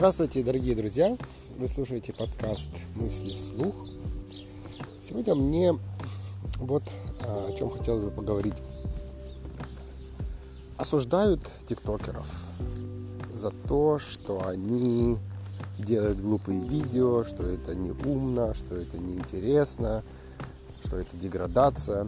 Здравствуйте, дорогие друзья! Вы слушаете подкаст «Мысли вслух». Сегодня мне о чем хотелось бы поговорить. Осуждают тиктокеров за то, что они делают глупые видео, что это не умно, что это неинтересно, что это деградация.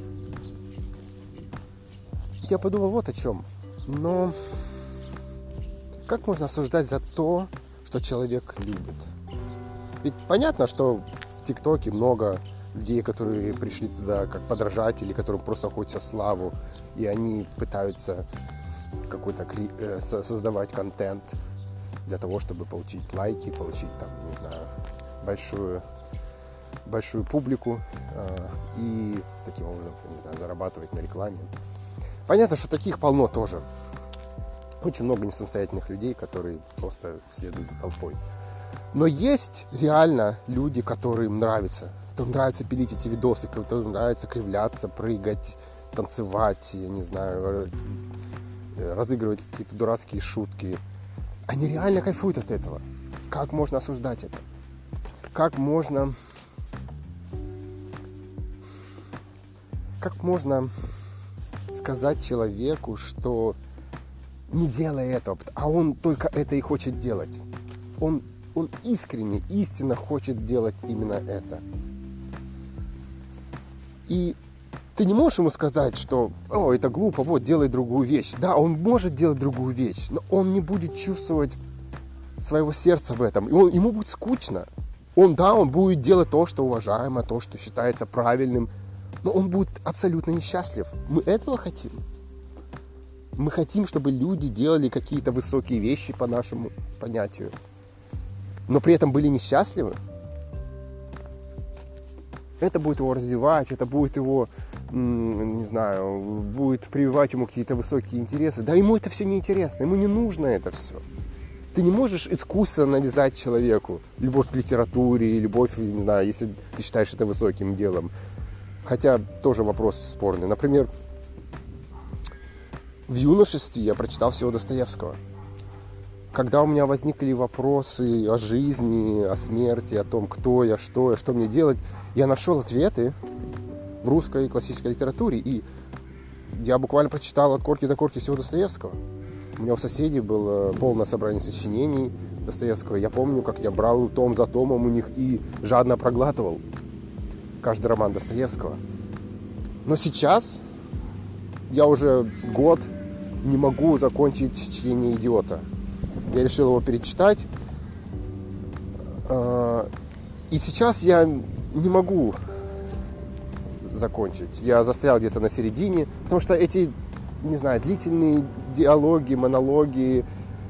Я подумал вот о чем. Но как можно осуждать за то, что человек любит? Ведь понятно, что в ТикТоке много людей, которые пришли туда как подражатели, которым просто хочется славу, и они пытаются какой-то создавать контент для того, чтобы получить лайки, получить большую публику и таким образом, зарабатывать на рекламе. Понятно, что таких полно тоже. Очень много несамостоятельных людей, которые просто следуют за толпой. Но есть реально люди, которым нравится пилить эти видосы, которым нравится кривляться, прыгать, танцевать, разыгрывать какие-то дурацкие шутки. Они реально кайфуют от этого. Как можно осуждать это? Как можно сказать человеку, что не делай этого, а он только это и хочет делать. Он искренне, истинно хочет делать именно это. И ты не можешь ему сказать, что это глупо, делай другую вещь. Да, он может делать другую вещь, но он не будет чувствовать своего сердца в этом. Ему будет скучно. Он будет делать то, что уважаемо, то, что считается правильным, но он будет абсолютно несчастлив. Мы этого хотим. Мы хотим, чтобы люди делали какие-то высокие вещи по нашему понятию, но при этом были несчастливы. Это будет его развивать, это будет его, будет прививать ему какие-то высокие интересы. Да ему это все неинтересно, ему не нужно это все. Ты не можешь искусственно навязать человеку любовь к литературе, любовь, если ты считаешь это высоким делом. Хотя тоже вопрос спорный. Например, в юношестве я прочитал всего Достоевского. Когда у меня возникли вопросы о жизни, о смерти, о том, кто я, что мне делать, я нашел ответы в русской классической литературе. И я буквально прочитал от корки до корки всего Достоевского. У меня у соседей было полное собрание сочинений Достоевского. Я помню, как я брал том за томом у них и жадно проглатывал каждый роман Достоевского. Но сейчас я уже год не могу закончить «Чтение идиота». Я решил его перечитать. И сейчас я не могу закончить. Я застрял где-то на середине, потому что эти, длительные диалоги, монологи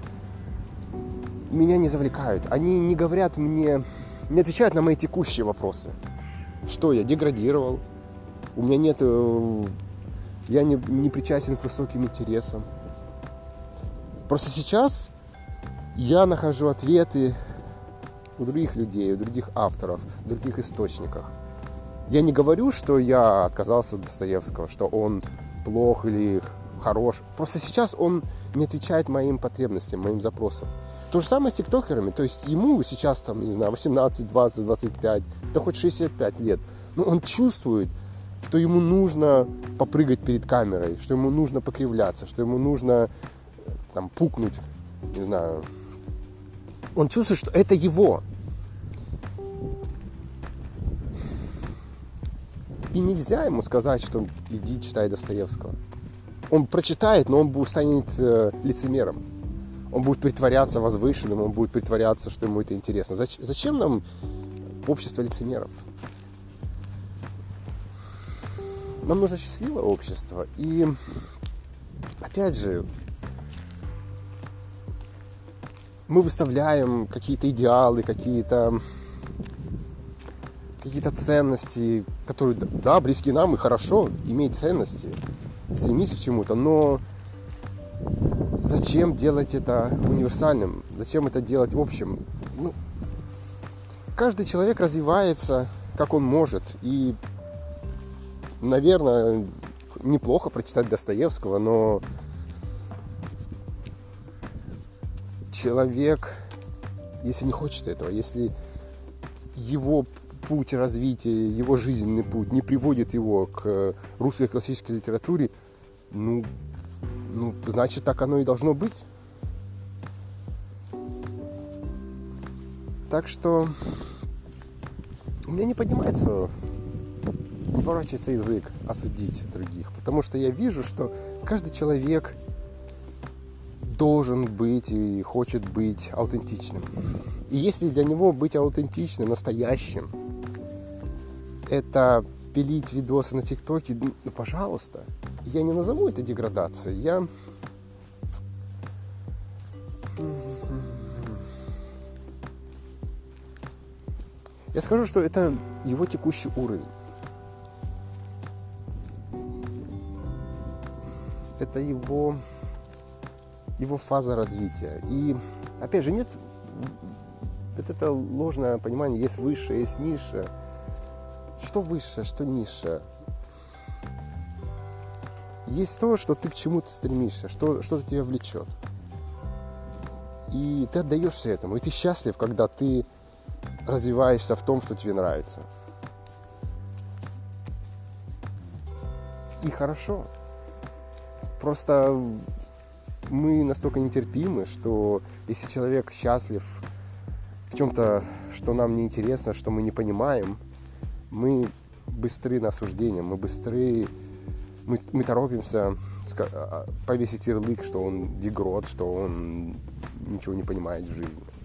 меня не завлекают. Они не говорят мне, не отвечают на мои текущие вопросы. Что я деградировал? У меня нет... Я не причастен к высоким интересам. Просто сейчас я нахожу ответы у других людей, у других авторов, в других источниках. Я не говорю, что я отказался от Достоевского, что он плох или хорош. Просто сейчас он не отвечает моим потребностям, моим запросам. То же самое с тиктокерами. То есть ему сейчас, 18, 20, 25, да хоть 65 лет. Но он чувствует, что ему нужно попрыгать перед камерой, что ему нужно покривляться, что ему нужно пукнуть, Он чувствует, что это его. И нельзя ему сказать, что иди читай Достоевского. Он прочитает, но он станет лицемером. Он будет притворяться возвышенным, он будет притворяться, что ему это интересно. Зачем нам общество лицемеров? Нам нужно счастливое общество. И опять же, мы выставляем какие-то идеалы, какие-то ценности, которые, близки нам, и хорошо, иметь ценности, стремиться к чему-то, но зачем делать это универсальным? Зачем это делать общим? Каждый человек развивается, как он может, и наверное, неплохо прочитать Достоевского, но человек если не хочет этого, если его путь развития, его жизненный путь не приводит его к русской классической литературе, значит, так оно и должно быть. Так что у меня не поворачивается язык осудить других, потому что я вижу, что каждый человек должен быть и хочет быть аутентичным. И если для него быть аутентичным, настоящим, это пилить видосы на ТикТоке, пожалуйста. Я не назову это деградацией. Я скажу, что это его текущий уровень. Это его фаза развития. И, опять же, нет вот это ложное понимание, есть высшее, есть низшее. Что высшее, что низшее? Есть то, что ты к чему-то стремишься, что-то тебя влечет. И ты отдаешься этому, и ты счастлив, когда ты развиваешься в том, что тебе нравится. И хорошо. Просто мы настолько нетерпимы, что если человек счастлив в чем-то, что нам не интересно, что мы не понимаем, мы быстры на осуждение, мы торопимся повесить ярлык, что он деград, что он ничего не понимает в жизни.